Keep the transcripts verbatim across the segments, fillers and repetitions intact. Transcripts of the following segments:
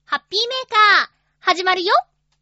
ハッピーメーカー始まるよ。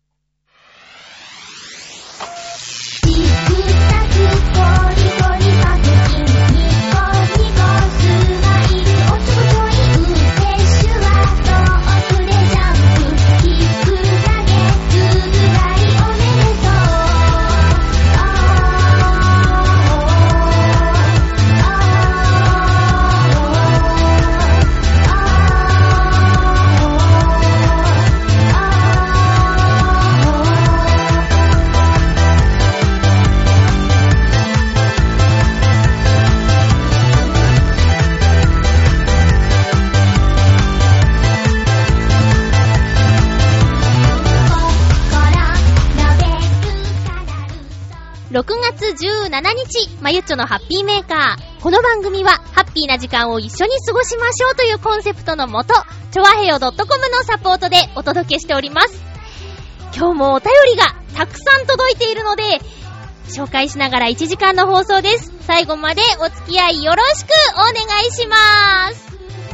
ろくがつじゅうしちにち、まゆっちょのハッピーメーカー。この番組はハッピーな時間を一緒に過ごしましょうというコンセプトのもと、ちょわへよ .com のサポートでお届けしております。今日もお便りがたくさん届いているので、紹介しながらいちじかんの放送です。最後までお付き合いよろしくお願いします。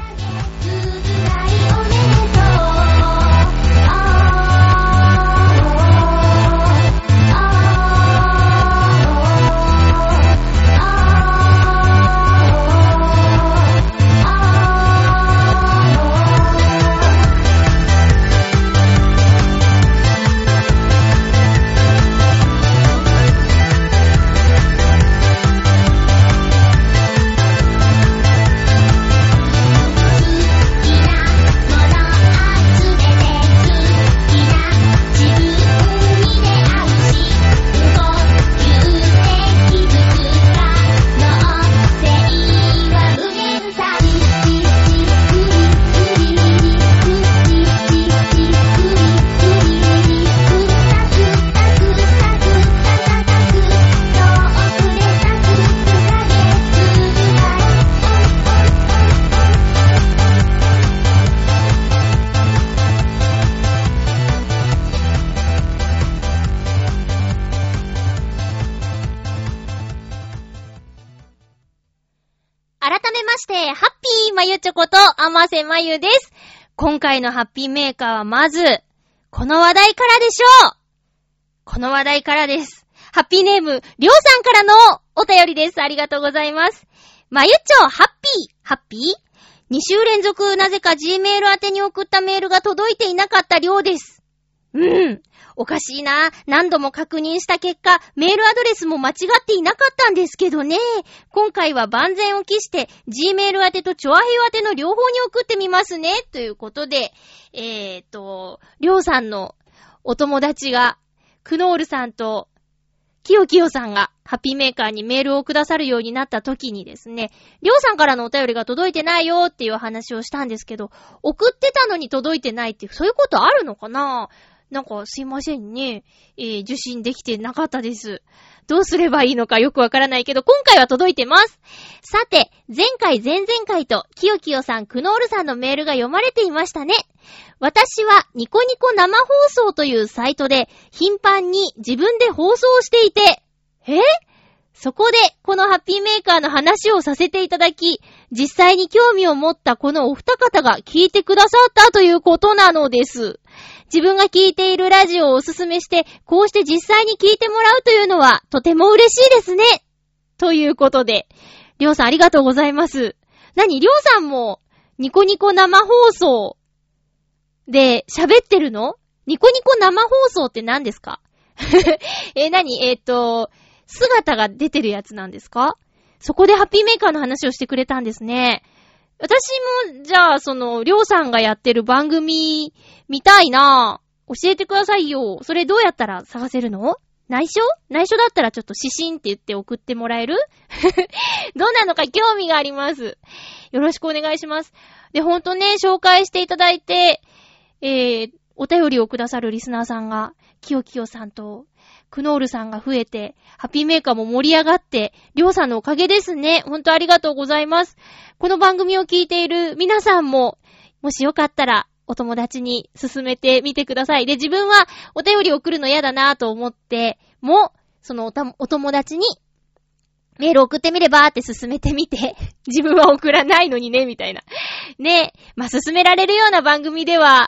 まゆちょことあませまゆです。今回のハッピーメーカーはまずこの話題からでしょう。この話題からです。ハッピーネームりょうさんからのお便りです。ありがとうございます。まゆちょハッピーハッピーに週連続なぜか G メール宛てに送ったメールが届いていなかったりょうです。うんおかしいな。何度も確認した結果、メールアドレスも間違っていなかったんですけどね。今回は万全を期して、G メール宛てとチョアヘヨ宛ての両方に送ってみますね。ということで、えーと、りょうさんのお友達が、クノールさんと、キヨキヨさんが、ハッピーメーカーにメールをくださるようになった時にですね、りょうさんからのお便りが届いてないよっていう話をしたんですけど、送ってたのに届いてないっていう、そういうことあるのかな？なんかすいませんね、えー、受信できてなかったです。どうすればいいのかよくわからないけど、今回は届いてます。さて、前回前々回とキヨキヨさん、クノールさんのメールが読まれていましたね。私はニコニコ生放送というサイトで頻繁に自分で放送していて、え？そこでこのハッピーメーカーの話をさせていただき、実際に興味を持ったこのお二方が聞いてくださったということなのです。自分が聞いているラジオをおすすめして、こうして実際に聞いてもらうというのはとても嬉しいですね。ということで、りょうさんありがとうございます。何？りょうさんもニコニコ生放送で喋ってるの？ニコニコ生放送って何ですか？え、何？えっと、姿が出てるやつなんですか？そこでハッピーメーカーの話をしてくれたんですね。私も、じゃあ、その、りょうさんがやってる番組、見たいなぁ。教えてくださいよ。それどうやったら探せるの？内緒？内緒だったらちょっと指針って言って送ってもらえる？どんなのか興味があります。よろしくお願いします。で、ほんとね、紹介していただいて、えー、お便りをくださるリスナーさんが、キヨキヨさんと、クノールさんが増えて、ハッピーメーカーも盛り上がって、りょうさんのおかげですね。ほんとありがとうございます。この番組を聞いている皆さんも、もしよかったら、お友達に勧めてみてください。で、自分はお便り送るの嫌だなと思っても、そのおたお友達にメール送ってみればって勧めてみて、自分は送らないのにね、みたいな。ね、まあ、勧められるような番組では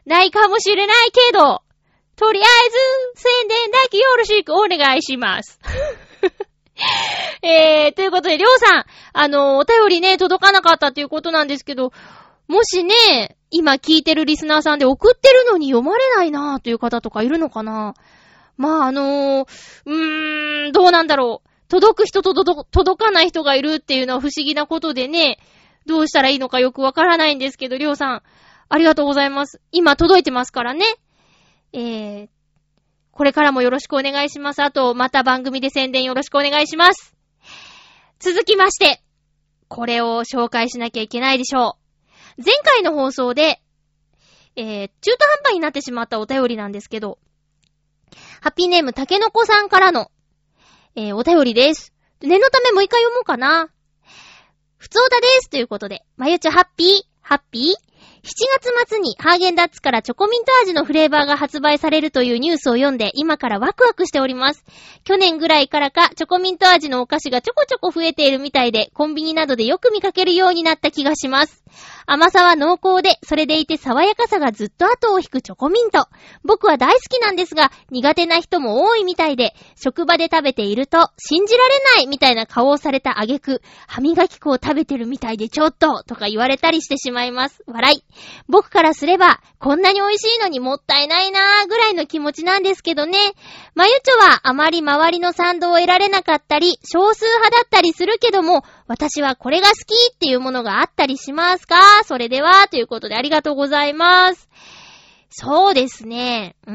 ないかもしれないけど、とりあえず宣伝だけよろしくお願いします。えー、ということで、りょうさん、あの、お便りね、届かなかったっていうことなんですけど、もしね、今聞いてるリスナーさんで送ってるのに読まれないなーという方とかいるのかな。まあ、あのー、うーん、どうなんだろう。届く人と届かない人がいるっていうのは不思議なことでね、どうしたらいいのかよくわからないんですけど、りょうさん、ありがとうございます。今届いてますからね。えー、これからもよろしくお願いします。あと、また番組で宣伝よろしくお願いします。続きまして、これを紹介しなきゃいけないでしょう。前回の放送で、えー、中途半端になってしまったお便りなんですけど、ハッピーネームたけのこさんからの、えー、お便りです。念のためもう一回読もうかな。ふつおたですということで、まゆちょハッピー、ハッピーしちがつ末にハーゲンダッツからチョコミント味のフレーバーが発売されるというニュースを読んで今からワクワクしております。去年ぐらいからかチョコミント味のお菓子がちょこちょこ増えているみたいでコンビニなどでよく見かけるようになった気がします。甘さは濃厚でそれでいて爽やかさがずっと後を引くチョコミント。僕は大好きなんですが苦手な人も多いみたいで職場で食べていると信じられないみたいな顔をされた挙句歯磨き粉を食べてるみたいでちょっととか言われたりしてしまいます。笑い。僕からすればこんなに美味しいのにもったいないなーぐらいの気持ちなんですけどね。まゆちょはあまり周りの賛同を得られなかったり少数派だったりするけども私はこれが好きっていうものがあったりしますか？それではということでありがとうございます。そうですね。うん。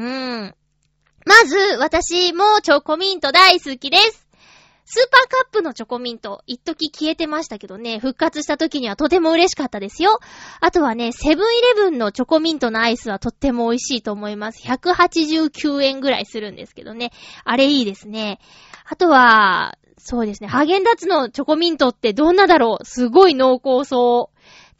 まず私もチョコミント大好きです。スーパーカップのチョコミント、一時消えてましたけどね、復活した時にはとても嬉しかったですよ。あとはね、セブンイレブンのチョコミントのアイスはとっても美味しいと思います。ひゃくはちじゅうきゅうえんぐらいするんですけどね。あれいいですね。あとは、そうですね、ハーゲンダッツのチョコミントってどんなだろう？すごい濃厚そう。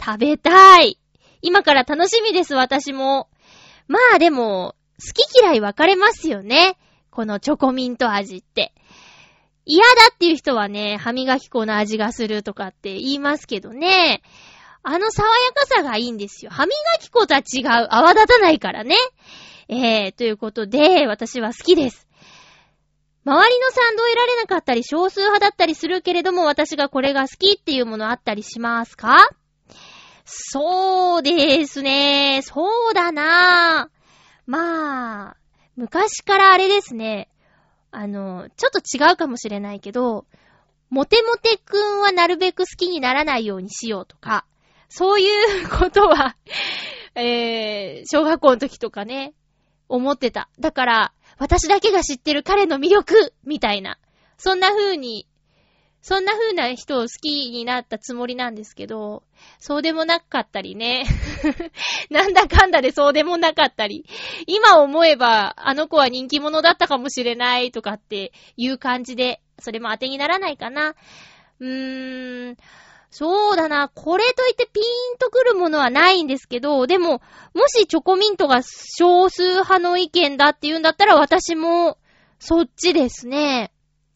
食べたい。今から楽しみです、私も。まあでも、好き嫌い分かれますよね。このチョコミント味って。嫌だっていう人はね、歯磨き粉の味がするとかって言いますけどね。あの爽やかさがいいんですよ。歯磨き粉とは違う。泡立たないからね。えー、ということで、私は好きです。周りの賛同得られなかったり、少数派だったりするけれども、私がこれが好きっていうものあったりしますか？そうですね。そうだな。まあ、昔からあれですね。あの、ちょっと違うかもしれないけど、モテモテくんはなるべく好きにならないようにしようとか、そういうことは、えー、小学校の時とかね、思ってた。だから、私だけが知ってる彼の魅力みたいな。そんな風に、そんな風な人を好きになったつもりなんですけど、そうでもなかったりね。なんだかんだでそうでもなかったり。今思えば、あの子は人気者だったかもしれないとかっていう感じで、それも当てにならないかな。うーん、そうだな。これといってピーンとくるものはないんですけど、でも、もしチョコミントが少数派の意見だっていうんだったら私もそっちですね。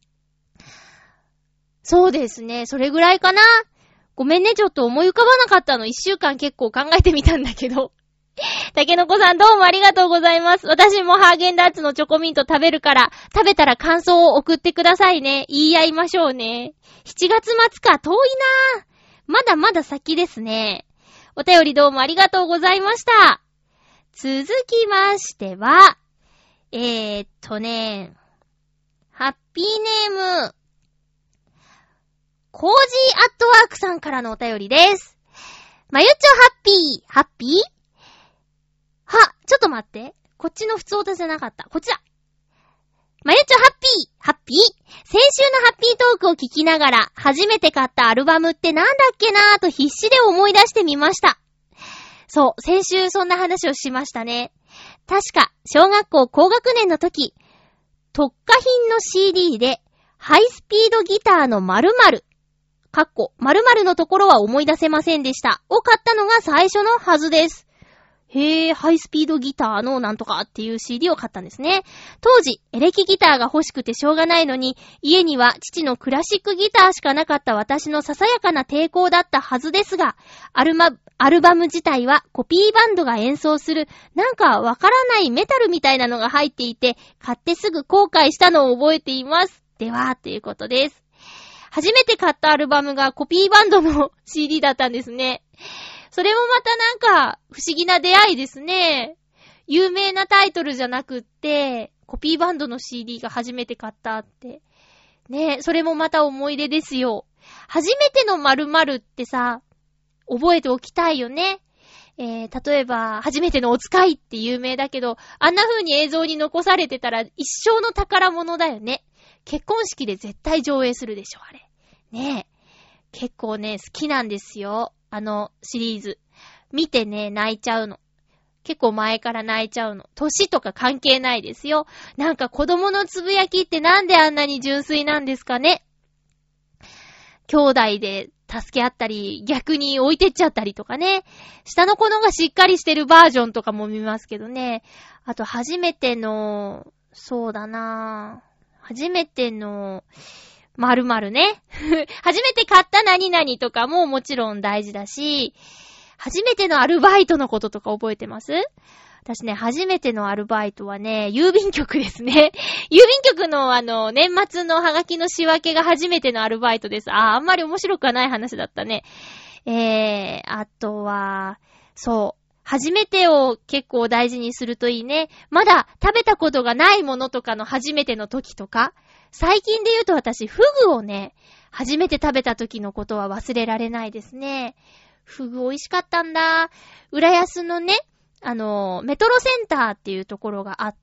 そうですね。それぐらいかな。ごめんね、ちょっと思い浮かばなかったの。一週間結構考えてみたんだけど。たけのこさんどうもありがとうございます。私もハーゲンダッツのチョコミント食べるから、食べたら感想を送ってくださいね。言い合いましょうね。しちがつ末か、遠いなぁ。まだまだ先ですね。お便りどうもありがとうございました。続きましては、えーっとね、ハッピーネーム、コージーアットワークさんからのお便りです。まゆちょハッピー、ハッピーは、ちょっと待って。こっちの普通音じゃなかった。こっちだ。まゆちょハッピー、ハッピー先週のハッピートークを聞きながら、初めて買ったアルバムってなんだっけなーと必死で思い出してみました。そう、先週そんな話をしましたね。確か、小学校高学年の時、特化品の シーディー で、ハイスピードギターの〇〇、かっこ、〇〇のところは思い出せませんでした。を買ったのが最初のはずです。へー、ハイスピードギターのなんとかっていう シーディー を買ったんですね。当時、エレキギターが欲しくてしょうがないのに、家には父のクラシックギターしかなかった私のささやかな抵抗だったはずですが、アルバ、 アルバム自体はコピーバンドが演奏するなんかわからないメタルみたいなのが入っていて、買ってすぐ後悔したのを覚えています。では、ということです。初めて買ったアルバムがコピーバンドの シーディー だったんですね。それもまたなんか不思議な出会いですね。有名なタイトルじゃなくって、コピーバンドの シーディー が初めて買ったって。ね、それもまた思い出ですよ。初めての〇〇ってさ、覚えておきたいよね。えー、例えば、初めてのお使いって有名だけど、あんな風に映像に残されてたら一生の宝物だよね。結婚式で絶対上映するでしょ、あれ。ねえ。結構ね、好きなんですよ。あのシリーズ。見てね、泣いちゃうの。結構前から泣いちゃうの。年とか関係ないですよ。なんか子供のつぶやきってなんであんなに純粋なんですかね。兄弟で助け合ったり、逆に置いてっちゃったりとかね。下の子のがしっかりしてるバージョンとかも見ますけどね。あと初めての、そうだなぁ。初めての、〇〇ね。初めて買った何々とかももちろん大事だし、初めてのアルバイトのこととか覚えてます？私ね、初めてのアルバイトはね、郵便局ですね。郵便局のあの、年末のハガキの仕分けが初めてのアルバイトです。あー、あんまり面白くはない話だったね。えー、あとは、そう。初めてを結構大事にするといいね。まだ食べたことがないものとかの初めての時とか。最近で言うと私、フグをね、初めて食べた時のことは忘れられないですね。フグ美味しかったんだ。浦安のね、あの、メトロセンターっていうところがあって、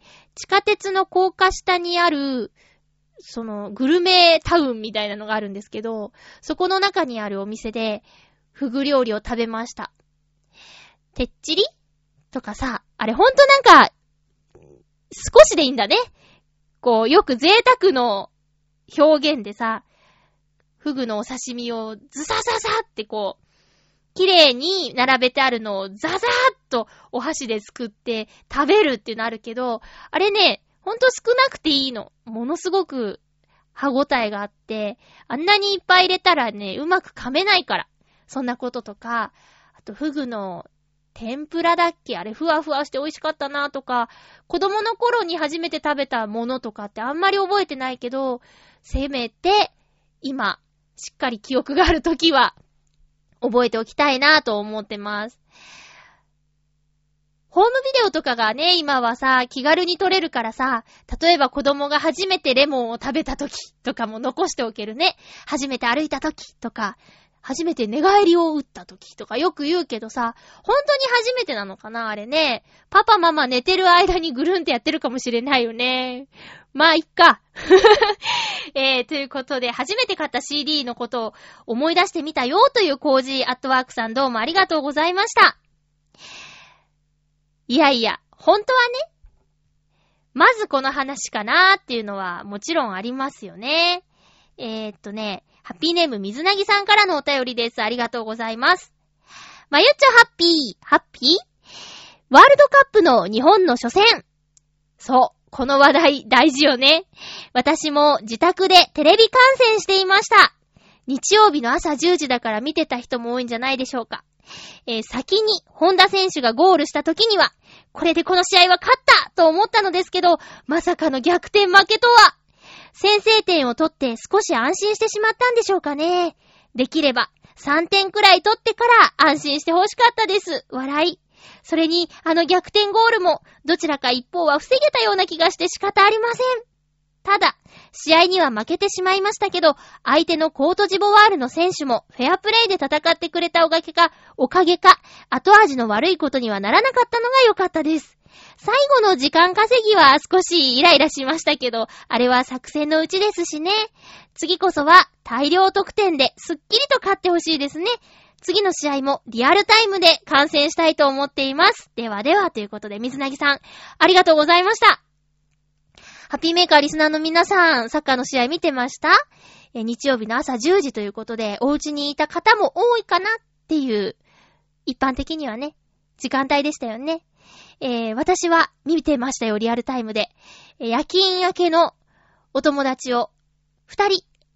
地下鉄の高架下にある、その、グルメタウンみたいなのがあるんですけど、そこの中にあるお店で、フグ料理を食べました。てっちりとかさ、あれほんとなんか、少しでいいんだね。こう、よく贅沢の表現でさ、フグのお刺身をズサササってこう、綺麗に並べてあるのをザザーっとお箸ですくって食べるっていうのあるけど、あれね、ほんと少なくていいの。ものすごく歯ごたえがあって、あんなにいっぱい入れたらね、うまく噛めないから。そんなこととか、あとフグの天ぷらだっけ？あれふわふわして美味しかったなとか、子供の頃に初めて食べたものとかってあんまり覚えてないけど、せめて今しっかり記憶があるときは覚えておきたいなと思ってます。ホームビデオとかがね、今はさ、気軽に撮れるからさ、例えば子供が初めてレモンを食べたときとかも残しておけるね。初めて歩いたときとか、初めて寝返りを打った時とかよく言うけどさ、本当に初めてなのかなあれね。パパママ寝てる間にぐるんってやってるかもしれないよね。まあ、いっか。えー、ということで、初めて買った シーディー のことを思い出してみたよというコージーアットワークさん、どうもありがとうございました。いやいや、本当はね、まずこの話かなーっていうのはもちろんありますよね。えーっとね、ハッピーネーム水なぎさんからのお便りです。ありがとうございます。まゆっちょハッピー、ハッピーワールドカップの日本の初戦。そう、この話題大事よね。私も自宅でテレビ観戦していました。日曜日の朝じゅうじだから見てた人も多いんじゃないでしょうか。えー、先に本田選手がゴールした時には、これでこの試合は勝ったと思ったのですけど、まさかの逆転負けとは。先制点を取って少し安心してしまったんでしょうかね。できればさんてんくらい取ってから安心してほしかったです。笑い。それにあの逆転ゴールもどちらか一方は防げたような気がして仕方ありません。ただ試合には負けてしまいましたけど、相手のコートジボワールの選手もフェアプレイで戦ってくれたおかげかおかげか後味の悪いことにはならなかったのが良かったです。最後の時間稼ぎは少しイライラしましたけど、あれは作戦のうちですしね。次こそは大量得点ですっきりと勝ってほしいですね。次の試合もリアルタイムで観戦したいと思っています。ではではということで、水なぎさん、ありがとうございました。ハッピーメーカーリスナーの皆さん、サッカーの試合見てました？え日曜日の朝じゅうじということで、お家にいた方も多いかなっていう、一般的にはね、時間帯でしたよね。えー、私は見てましたよ、リアルタイムで。えー、夜勤明けのお友達を二人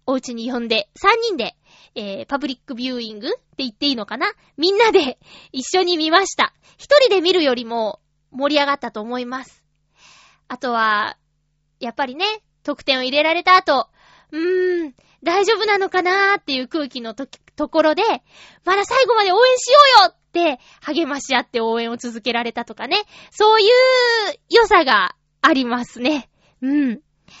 お家に呼んで、さんにんで、えー、パブリックビューイングって言っていいのかな？みんなで一緒に見ました。一人で見るよりも盛り上がったと思います。あとは、やっぱりね、得点を入れられた後、うーん、大丈夫なのかなーっていう空気のと、ところで、まだ最後まで応援しようよって励まし合って応援を続けられたとかね。そういう良さがありますね。うん。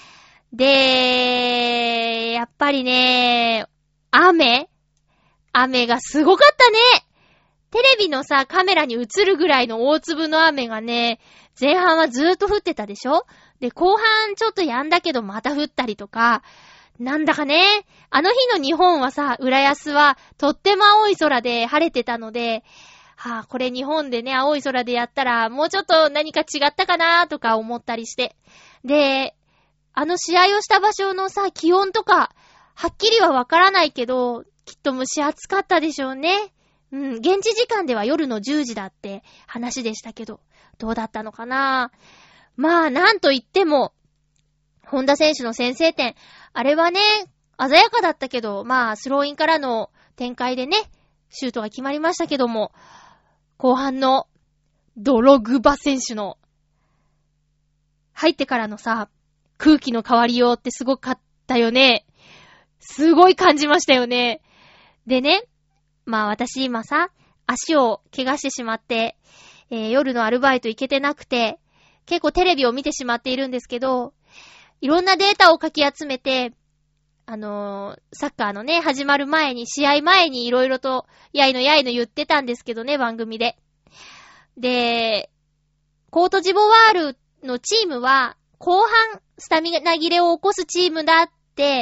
で、やっぱりね、雨雨がすごかったね。テレビのさ、カメラに映るぐらいの大粒の雨がね、前半はずーっと降ってたでしょ？で、後半ちょっと止んだけどまた降ったりとか、なんだかね、あの日の日本はさ、浦安はとっても青い空で晴れてたので、はぁ、これ日本でね、青い空でやったら、もうちょっと何か違ったかなとか思ったりして。で、あの試合をした場所のさ、気温とか、はっきりはわからないけど、きっと蒸し暑かったでしょうね。うん、現地時間では夜のじゅうじだって話でしたけど、どうだったのかな。まあ、なんと言っても、本田選手の先制点、あれはね、鮮やかだったけど、まあ、スローインからの展開でね、シュートが決まりましたけども、後半のドログバ選手の入ってからのさ、空気の変わりようってすごかったよね。すごい感じましたよね。でね、まあ私今さ、足を怪我してしまって、えー、夜のアルバイト行けてなくて、結構テレビを見てしまっているんですけど、いろんなデータをかき集めて、あのー、サッカーのね、始まる前に、試合前にいろいろと、やいのやいの言ってたんですけどね、番組で。で、コートジボワールのチームは、後半、スタミナ切れを起こすチームだって、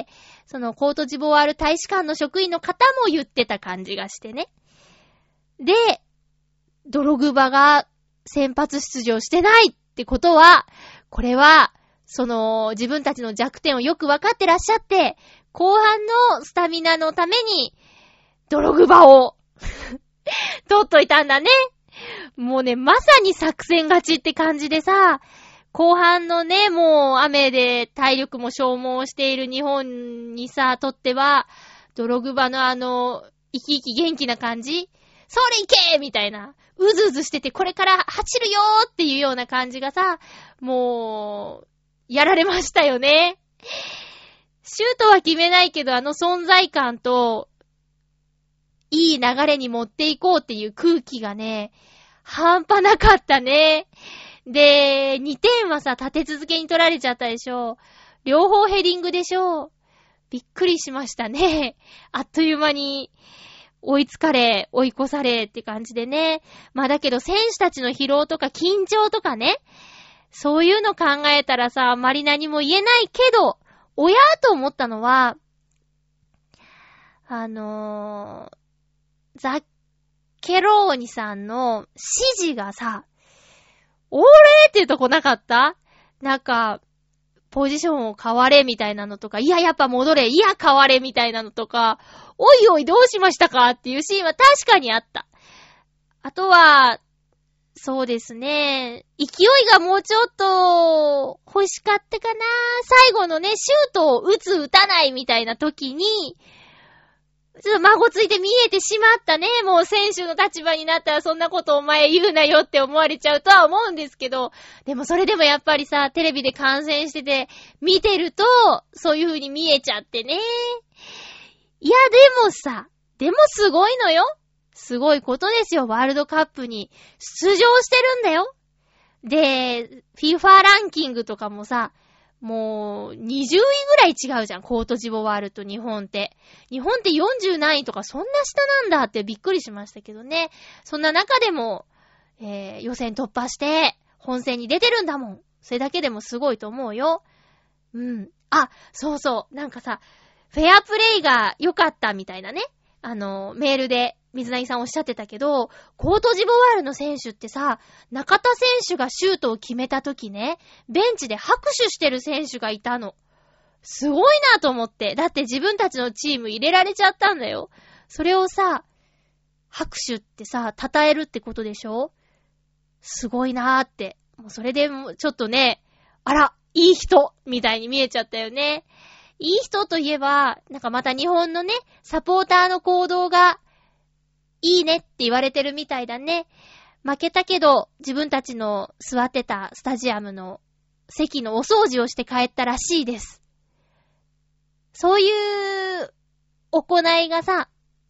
そのコートジボワール大使館の職員の方も言ってた感じがしてね。で、ドログバが先発出場してないってことは、これは、その自分たちの弱点をよくわかってらっしゃって、後半のスタミナのために、ドログバを取っといたんだね。もうね、まさに作戦勝ちって感じでさ、後半のね、もう雨で体力も消耗している日本にさ、とっては、ドログバのあの、生き生き元気な感じ、それいけーみたいな、うずうずしててこれから走るよーっていうような感じがさ、もう、やられましたよね。シュートは決めないけど、あの存在感と、いい流れに持っていこうっていう空気がね、半端なかったね。で、にてんはさ、立て続けに取られちゃったでしょ。両方ヘディングでしょ。びっくりしましたね。あっという間に追いつかれ、追い越されって感じでね。まあだけど選手たちの疲労とか緊張とかね、そういうの考えたらさ、あまり何も言えないけど、親と思ったのは、あのー、ザッケローニさんの指示がさ、おーれーっていうとこなかった？なんか、ポジションを変われみたいなのとか、いややっぱ戻れ、いや変われみたいなのとか、おいおいどうしましたかっていうシーンは確かにあった。あとは、そうですね、勢いがもうちょっと欲しかったかな。最後のね、シュートを打つ打たないみたいな時に、ちょっと孫ついて見えてしまったね。もう選手の立場になったらそんなことお前言うなよって思われちゃうとは思うんですけど、でもそれでもやっぱりさ、テレビで観戦してて見てると、そういう風に見えちゃってね。いやでもさ、でもすごいのよ。すごいことですよ。ワールドカップに出場してるんだよ。で、FIFA ランキングとかもさ、もうにじゅういぐらい違うじゃん。コートジボワールと日本って。日本ってよんじゅうなんいとかそんな下なんだってびっくりしましたけどね。そんな中でも、えー、予選突破して本戦に出てるんだもん。それだけでもすごいと思うよ。うん。あ、そうそう。なんかさ、フェアプレイが良かったみたいなね。あの、メールで水谷さんおっしゃってたけど、コートジボワールの選手ってさ、中田選手がシュートを決めた時ね、ベンチで拍手してる選手がいたの。すごいなと思って。だって自分たちのチーム入れられちゃったんだよ。それをさ、拍手ってさ、称えるってことでしょ？すごいなーって。もうそれでもちょっとね、あら、いい人みたいに見えちゃったよね。 いい人といえば、なんかまた日本のね、サポーターの行動がいいねって言われてるみたいだね。負けたけど、自分たちの座ってたスタジアムの席のお掃除をして帰ったらしいです。そういう行いがさ、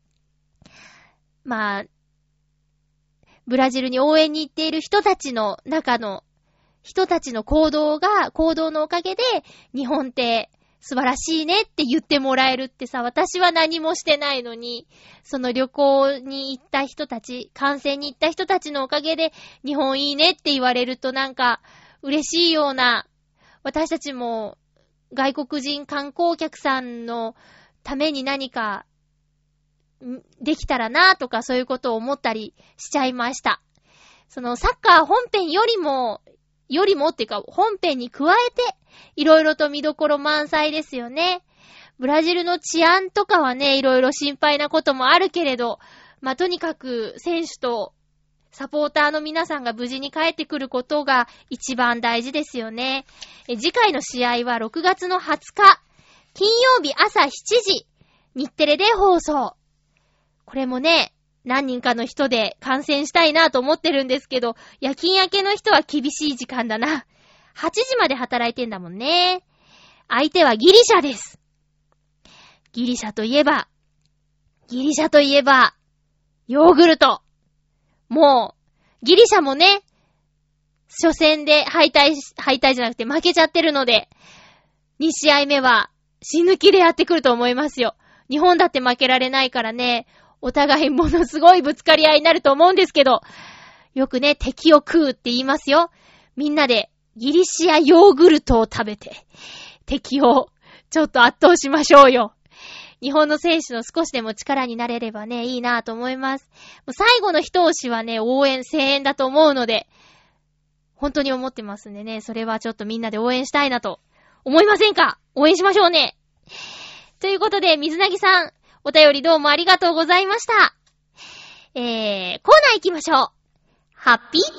まあ、ブラジルに応援に行っている人たちの中の人たちの行動が、行動のおかげで日本って素晴らしいねって言ってもらえるってさ、私は何もしてないのに、その旅行に行った人たち、観戦に行った人たちのおかげで日本いいねって言われるとなんか嬉しいような、私たちも外国人観光客さんのために何かできたらなとかそういうことを思ったりしちゃいました。そのサッカー本編よりも、よりもっていうか本編に加えていろいろと見どころ満載ですよね。ブラジルの治安とかはね、いろいろ心配なこともあるけれど、まあ、とにかく選手とサポーターの皆さんが無事に帰ってくることが一番大事ですよね。え次回の試合はろくがつのはつか、金曜日朝しちじ、日テレで放送。これもね、何人かの人で観戦したいなと思ってるんですけど、夜勤明けの人は厳しい時間だな。はちじまで働いてんだもんね。相手はギリシャです。ギリシャといえば、ギリシャといえば、ヨーグルト。もう、ギリシャもね、初戦で敗退、敗退じゃなくて負けちゃってるので、に試合目は死ぬ気でやってくると思いますよ。日本だって負けられないからね、お互いものすごいぶつかり合いになると思うんですけど、よくね、敵を食うって言いますよ。みんなでギリシアヨーグルトを食べて、敵をちょっと圧倒しましょうよ。日本の選手の少しでも力になれればね、いいなぁと思います。もう最後の一押しはね、応援、声援だと思うので、本当に思ってますんでね、それはちょっとみんなで応援したいなと思いませんか？応援しましょうね。ということで、水なぎさん、お便りどうもありがとうございました。えー、コーナー行きましょう。ハッピートーク。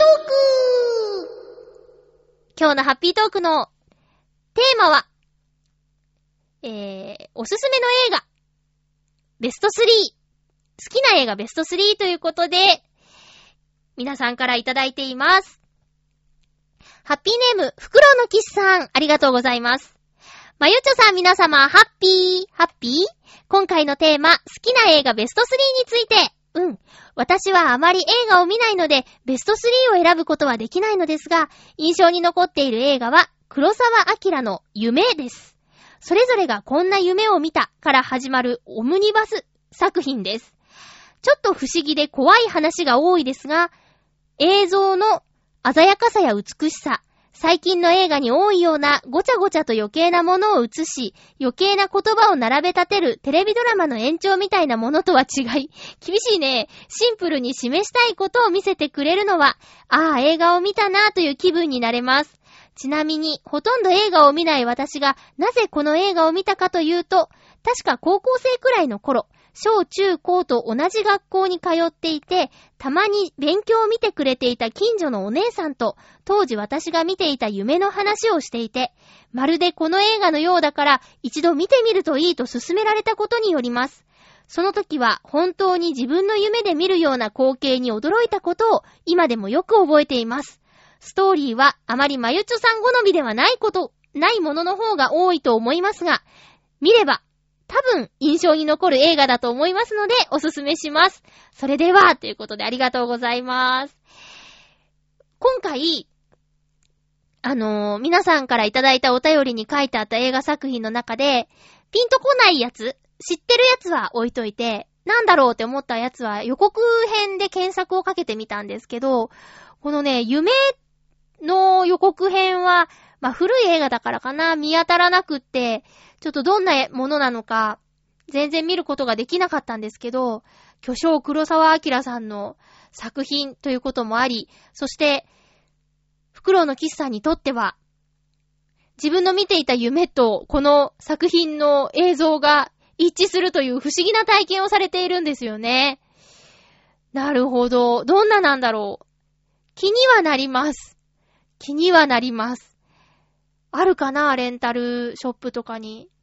今日のハッピートークのテーマは、えー、おすすめの映画、ベストスリー。好きな映画ベストスリーということで、皆さんからいただいています。ハッピーネーム、フクロウのキスさん、ありがとうございます。まゆちょさん皆様、ハッピー、ハッピー。今回のテーマ、好きな映画ベストスリーについて。うん。私はあまり映画を見ないので、ベストスリーを選ぶことはできないのですが、印象に残っている映画は、黒澤明の夢です。それぞれがこんな夢を見たから始まるオムニバス作品です。ちょっと不思議で怖い話が多いですが、映像の鮮やかさや美しさ、最近の映画に多いようなごちゃごちゃと余計なものを映し、余計な言葉を並べ立てるテレビドラマの延長みたいなものとは違い、厳しいね。シンプルに示したいことを見せてくれるのは、ああ、映画を見たなという気分になれます。ちなみに、ほとんど映画を見ない私が、なぜこの映画を見たかというと、確か高校生くらいの頃、小中高と同じ学校に通っていて、たまに勉強を見てくれていた近所のお姉さんと、当時私が見ていた夢の話をしていて、まるでこの映画のようだから一度見てみるといいと勧められたことによります。その時は本当に自分の夢で見るような光景に驚いたことを今でもよく覚えています。ストーリーはあまりまゆちょさん好みではないこと、ないものの方が多いと思いますが、見れば多分印象に残る映画だと思いますのでおすすめします。それでは、ということでありがとうございます。今回、あのー、皆さんからいただいたお便りに書いてあった映画作品の中で、ピンとこないやつ、知ってるやつは置いといて、なんだろうって思ったやつは予告編で検索をかけてみたんですけど、このね、夢の予告編は、まあ古い映画だからかな、見当たらなくって、ちょっとどんなものなのか、全然見ることができなかったんですけど、巨匠黒澤明さんの作品ということもあり、そして、フクロウのキスさんにとっては、自分の見ていた夢とこの作品の映像が一致するという不思議な体験をされているんですよね。なるほど。どんななんだろう。気にはなります。気にはなります。あるかな？レンタルショップとかに。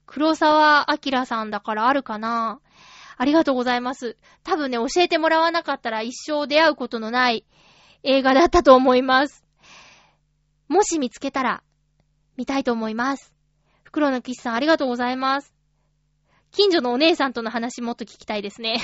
黒沢明さんだからあるかな。ありがとうございます。多分ね、教えてもらわなかったら一生出会うことのない映画だったと思います。もし見つけたら見たいと思います。袋のキスさんありがとうございます。近所のお姉さんとの話もっと聞きたいですね。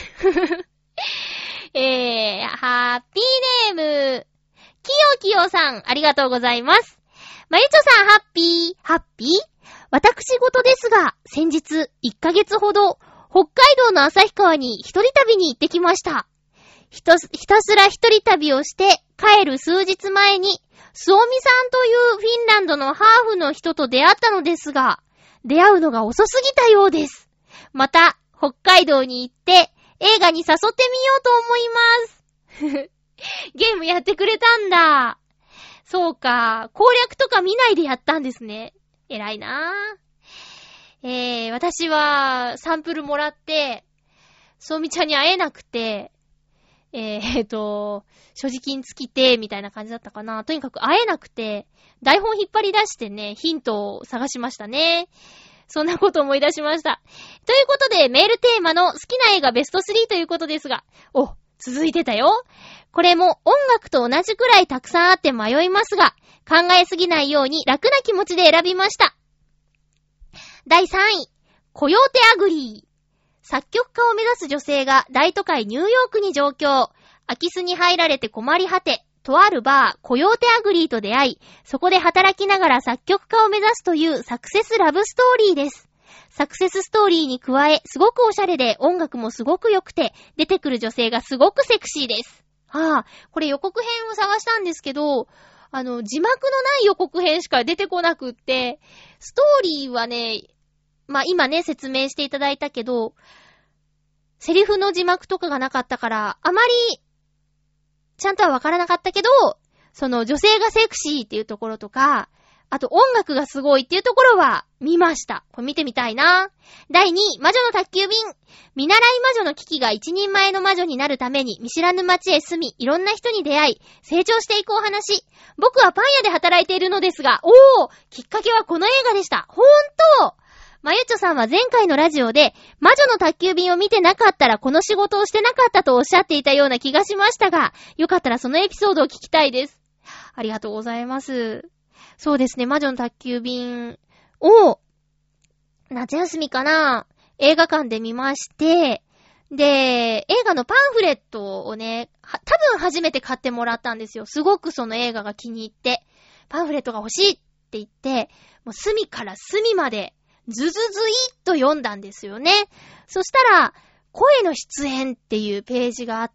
えー、ハッピーネーム、きよきよさんありがとうございます。まゆちょさんハッピー、ハッピー？私事ですが、先日いっかげつほど北海道の旭川に一人旅に行ってきました。ひとひたすら一人旅をして帰る数日前にスオミさんというフィンランドのハーフの人と出会ったのですが、出会うのが遅すぎたようです。また北海道に行って映画に誘ってみようと思います。ゲームやってくれたんだ。そうか、攻略とか見ないでやったんですね。偉いなぁ。えー、私はサンプルもらって、そうみちゃんに会えなくて、えー、えーと、所持金尽きて、みたいな感じだったかな。とにかく会えなくて、台本引っ張り出してね、ヒントを探しましたね。そんなこと思い出しました。ということで、メールテーマの好きな映画ベストスリーということですが、お、続いてたよ。これも音楽と同じくらいたくさんあって迷いますが、考えすぎないように楽な気持ちで選びました。だいさんい、コヨーテアグリー。作曲家を目指す女性が大都会ニューヨークに上京。空き巣に入られて困り果て、とあるバー、コヨーテアグリーと出会い、そこで働きながら作曲家を目指すというサクセスラブストーリーです。サクセスストーリーに加え、すごくおしゃれで音楽もすごく良くて、出てくる女性がすごくセクシーです。はあ、これ予告編を探したんですけど、あの、字幕のない予告編しか出てこなくって、ストーリーはね、まあ、今ね、説明していただいたけど、セリフの字幕とかがなかったから、あまり、ちゃんとはわからなかったけど、その女性がセクシーっていうところとか、あと音楽がすごいっていうところは見ました。これ見てみたいな。だいにい、魔女の宅急便。見習い魔女のキキが一人前の魔女になるために見知らぬ街へ住み、いろんな人に出会い、成長していくお話。僕はパン屋で働いているのですが、おー、きっかけはこの映画でした。ほんとまゆちょさんは前回のラジオで、魔女の宅急便を見てなかったらこの仕事をしてなかったとおっしゃっていたような気がしましたが、よかったらそのエピソードを聞きたいです。ありがとうございます。そうですね、魔女の宅急便を、夏休みかな、映画館で見まして、で、映画のパンフレットをね、多分初めて買ってもらったんですよ。すごくその映画が気に入って、パンフレットが欲しいって言って、もう隅から隅まで、ずずずいっと読んだんですよね。そしたら、声の出演っていうページがあって、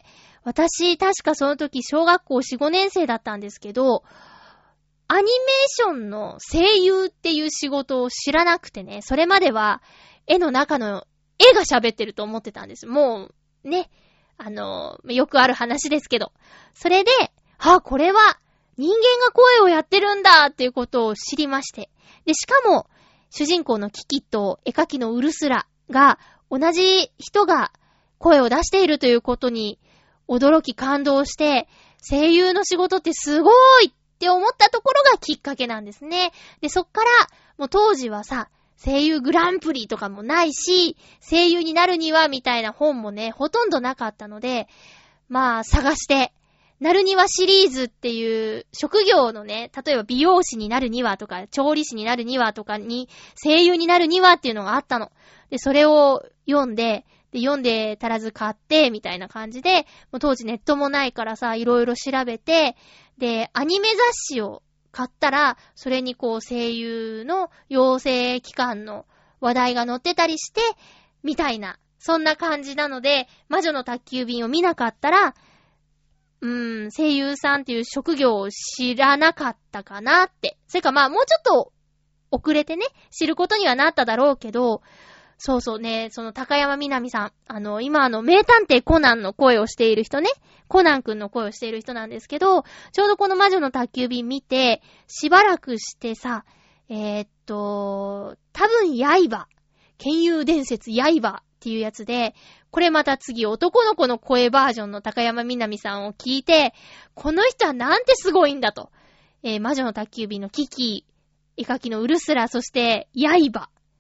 私確かその時小学校よん、ごねん生だったんですけど、アニメーションの声優っていう仕事を知らなくてね、それまでは絵の中の絵が喋ってると思ってたんです。もう、ね、あの、よくある話ですけど。それで、あ、これは人間が声をやってるんだっていうことを知りまして。で、しかも、主人公のキキと絵描きのウルスラが同じ人が声を出しているということに驚き感動して、声優の仕事ってすごいって思ったところがきっかけなんですね。で、そっからもう当時はさ、声優グランプリとかもないし、声優になるにはみたいな本もね、ほとんどなかったので、まあ探して、なるにはシリーズっていう職業のね、例えば美容師になるにはとか、調理師になるにはとかに、声優になるにはっていうのがあったの。で、それを読んで、で、読んで足らず買って、みたいな感じで、もう当時ネットもないからさ、いろいろ調べて、で、アニメ雑誌を買ったら、それにこう声優の養成期間の話題が載ってたりして、みたいな、そんな感じなので、魔女の宅急便を見なかったら、うーん、声優さんっていう職業を知らなかったかなって。それかまあもうちょっと遅れてね、知ることにはなっただろうけど、そうそうね、その高山みなみさん、あの、今あの、名探偵コナンの声をしている人ね、コナンくんの声をしている人なんですけど、ちょうどこの魔女の宅急便見て、しばらくしてさ、えー、っと、多分刃、剣友伝説刃っていうやつで、これまた次男の子の声バージョンの高山みなみさんを聞いて、この人はなんてすごいんだと。えー、魔女の宅急便のキキ、絵描きのウルスラ、そして刃。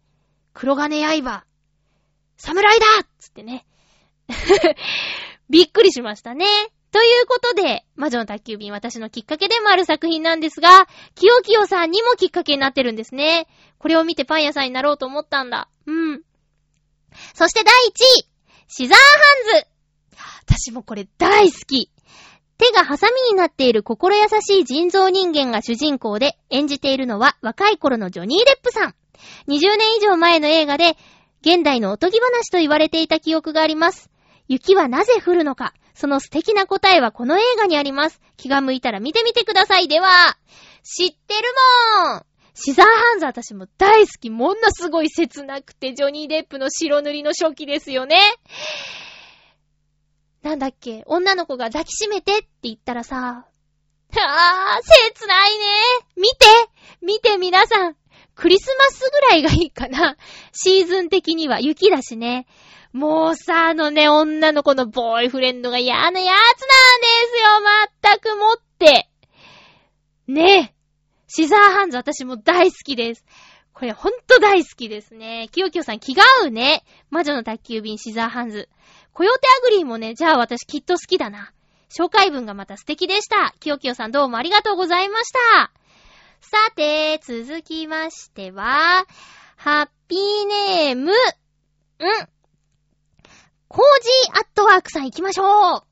黒金刃、侍だつってね。びっくりしましたね。ということで、魔女の宅急便私のきっかけでもある作品なんですが、キヨキヨさんにもきっかけになってるんですね。これを見てパン屋さんになろうと思ったんだ。うん。そしてだいいちい、シザーハンズ。私もこれ大好き。手がハサミになっている心優しい人造人間が主人公で、演じているのは若い頃のジョニー・デップさん。にじゅうねん以上前の映画で、現代のおとぎ話と言われていた記憶があります。雪はなぜ降るのか、その素敵な答えはこの映画にあります。気が向いたら見てみてください。では、知ってるもん。シザーハンズ私も大好き。ものすごい切なくて、ジョニー・デップの白塗りの初期ですよね。なんだっけ、女の子が抱きしめてって言ったらさ、あー、切ないね。見て見て皆さん。クリスマスぐらいがいいかな。シーズン的には雪だしね。もうさ、あのね、女の子のボーイフレンドが嫌なやつなんですよ。まったくもって。ねえ。シザーハンズ私も大好きです。これほんと大好きですね。キヨキヨさん気が合うね。魔女の宅急便シザーハンズ。コヨーテアグリーもね、じゃあ私きっと好きだな。紹介文がまた素敵でした。キヨキヨさんどうもありがとうございました。さて、続きましては、ハッピーネーム、んコージーアットワークさん行きましょう。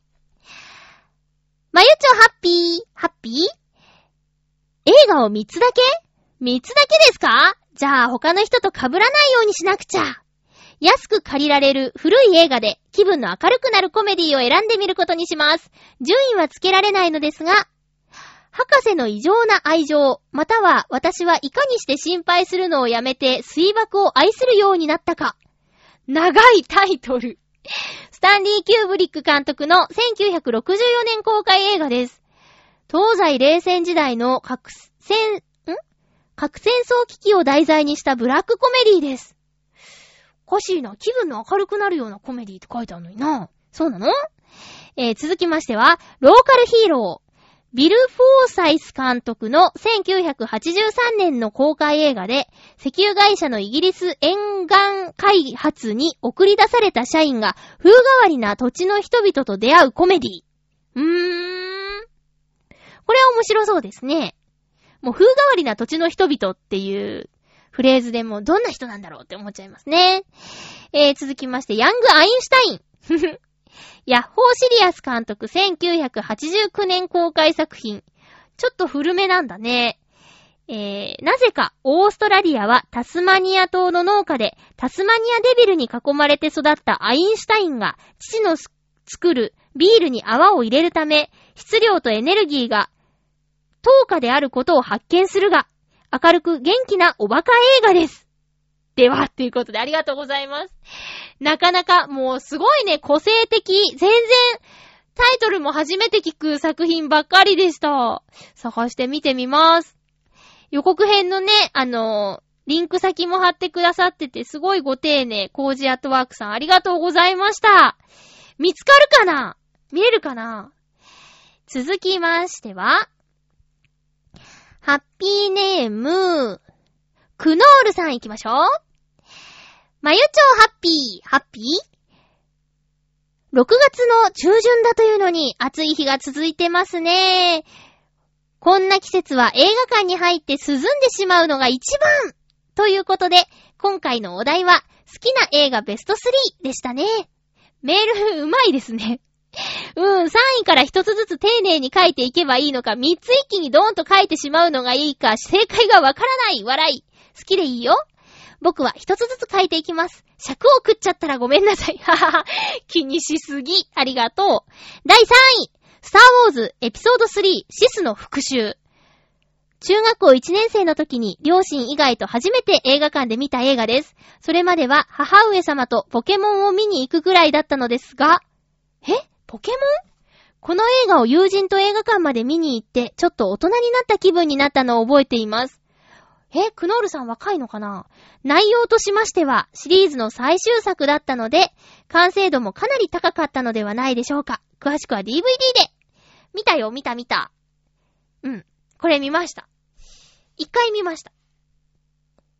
まゆちょハッピー、ハッピー映画をみっつだけ ?みっ つだけですか？じゃあ他の人と被らないようにしなくちゃ。安く借りられる古い映画で気分の明るくなるコメディを選んでみることにします。順位はつけられないのですが、博士の異常な愛情、または私はいかにして心配するのをやめて水爆を愛するようになったか。長いタイトル。スタンリー・キューブリック監督のせんきゅうひゃくろくじゅうよねん公開映画です。東西冷戦時代の核戦、ん核戦争危機を題材にしたブラックコメディです。おかしいな。気分の明るくなるようなコメディって書いてあるのにな。そうなの？えー、続きましては、ローカルヒーロー。ビル・フォーサイス監督のせんきゅうひゃくはちじゅうさんねんの公開映画で、石油会社のイギリス沿岸開発に送り出された社員が風変わりな土地の人々と出会うコメディ。うーん。これは面白そうですね。もう風変わりな土地の人々っていうフレーズでもうどんな人なんだろうって思っちゃいますね。えー、続きまして、ヤング・アインシュタイン。ヤッホーシリアス監督せんきゅうひゃくはちじゅうきゅうねん公開作品。ちょっと古めなんだね。えー、なぜかオーストラリアはタスマニア島の農家でタスマニアデビルに囲まれて育ったアインシュタインが父の作るビールに泡を入れるため質量とエネルギーが等価であることを発見するが、明るく元気なおバカ映画です。では、ということでありがとうございます。なかなかもうすごいね、個性的。全然タイトルも初めて聞く作品ばっかりでした。探してみてみます。予告編のね、あの、リンク先も貼ってくださってて、すごいご丁寧。コージアットワークさんありがとうございました。見つかるかな？見えるかな？続きましては、ハッピーネーム、クノールさん行きましょう。まゆちょハッピー、ハッピーろくがつの中旬だというのに暑い日が続いてますね。こんな季節は映画館に入って涼んでしまうのが一番ということで、今回のお題は好きな映画ベストスリーでしたね。メールうまいですね。うん、さんいからひとつずつ丁寧に書いていけばいいのか、みっつ一気にドーンと書いてしまうのがいいか、正解がわからない笑い。好きでいいよ。僕は一つずつ書いていきます。尺を食っちゃったらごめんなさい。ははは。気にしすぎ。ありがとう。だいさんい。スターウォーズエピソードスリーシスの復讐。中学校いちねん生の時に両親以外と初めて映画館で見た映画です。それまでは母上様とポケモンを見に行くぐらいだったのですが、え？ポケモン？この映画を友人と映画館まで見に行ってちょっと大人になった気分になったのを覚えています。え、クノールさん若いのかな？内容としましてはシリーズの最終作だったので完成度もかなり高かったのではないでしょうか。詳しくは ディーブイディー で。見たよ、見た見た。うん。これ見ました。一回見ました。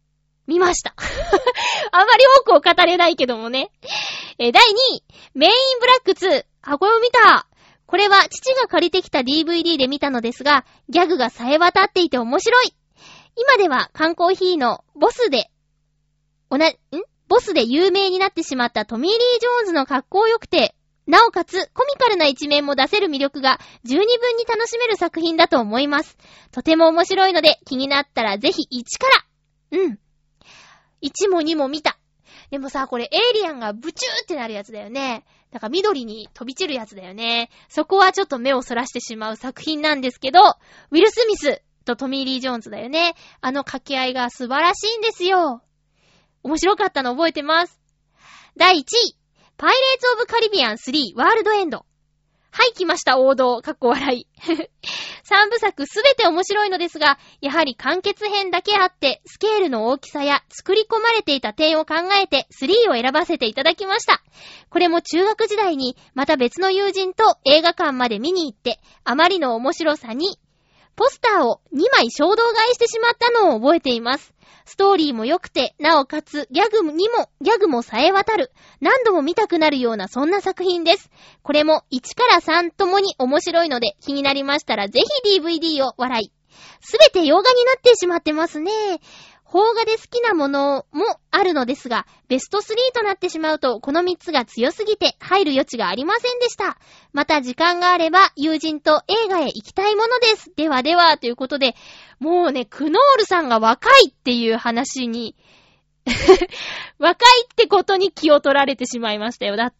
見ました。あまり多くを語れないけどもね。えー、だいにい、メインブラックツー。あ、これを見た。これは父が借りてきた ディーブイディー で見たのですが、ギャグが冴え渡っていて面白い。今では缶コーヒーのボスで、おな、んボスで有名になってしまったトミー・リー・ジョーンズの格好良くて、なおかつコミカルな一面も出せる魅力が十二分に楽しめる作品だと思います。とても面白いので気になったらぜひいちから。うん。いちもにも見た。でもさ、これエイリアンがブチューってなるやつだよね。だから緑に飛び散るやつだよね。そこはちょっと目をそらしてしまう作品なんですけど、ウィル・スミスとトミー・リー・ジョーンズだよね。あの掛け合いが素晴らしいんですよ。面白かったの覚えてます。だいいちい、パイレーツ・オブ・カリビアンスリーワールドエンド。はい、来ました王道、かっこ笑い。三部作すべて面白いのですが、やはり完結編だけあって、スケールの大きさや作り込まれていた点を考えてスリーを選ばせていただきました。これも中学時代にまた別の友人と映画館まで見に行って、あまりの面白さに、ポスターをにまい衝動買いしてしまったのを覚えています。ストーリーも良くて、なおかつギャグにも、ギャグも冴え渡る、何度も見たくなるようなそんな作品です。これもいちからさんともに面白いので、気になりましたらぜひ ディーブイディー を笑い。すべて洋画になってしまってますね。邦画で好きなものもあるのですが、ベストスリーとなってしまうと、このみっつが強すぎて入る余地がありませんでした。また時間があれば、友人と映画へ行きたいものです。ではでは、ということで、もうね、クノールさんが若いっていう話に、若いってことに気を取られてしまいましたよ。だって、